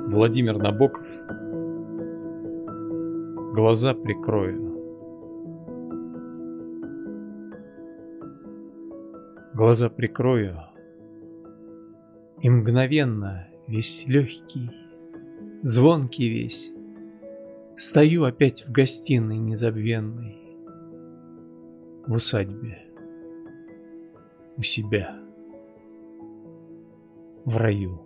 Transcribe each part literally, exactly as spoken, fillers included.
Владимир Набоков. Глаза прикрою. Глаза прикрою, и мгновенно весь легкий, звонкий весь, стою опять в гостиной незабвенной, в усадьбе, у себя, в раю.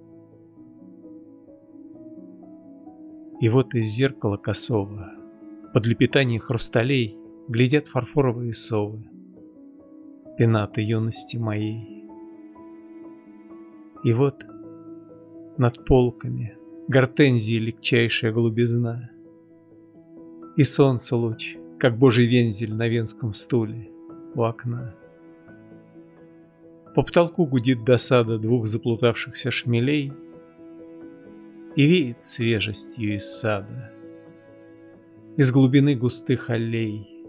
И вот из зеркала косого, под лепетание хрусталей, глядят фарфоровые совы, пенаты юности моей. И вот над полками гортензии легчайшая голубизна, и солнце луч, как божий вензель на венском стуле у окна. По потолку гудит досада двух заплутавшихся шмелей, и веет свежестью из сада, из глубины густых аллей.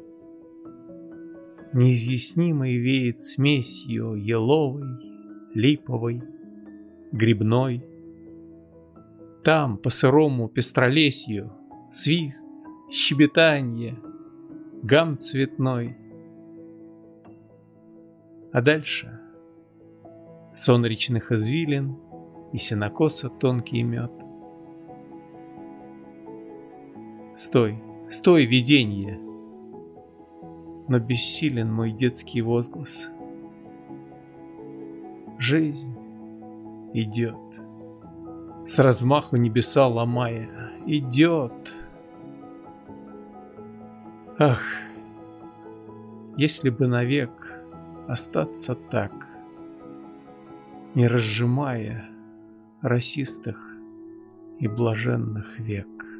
Неизъяснимой веет смесью еловой, липовой, грибной. Там, по сырому пестролесью, свист, щебетанье, гам цветной. А дальше сон речных извилин и сенокоса тонкий мед. Стой, стой, виденье! Но бессилен мой детский возглас. Жизнь идет, с размаху небеса ломая, идет. Ах, если бы навек остаться так, не разжимая росистых и блаженных век.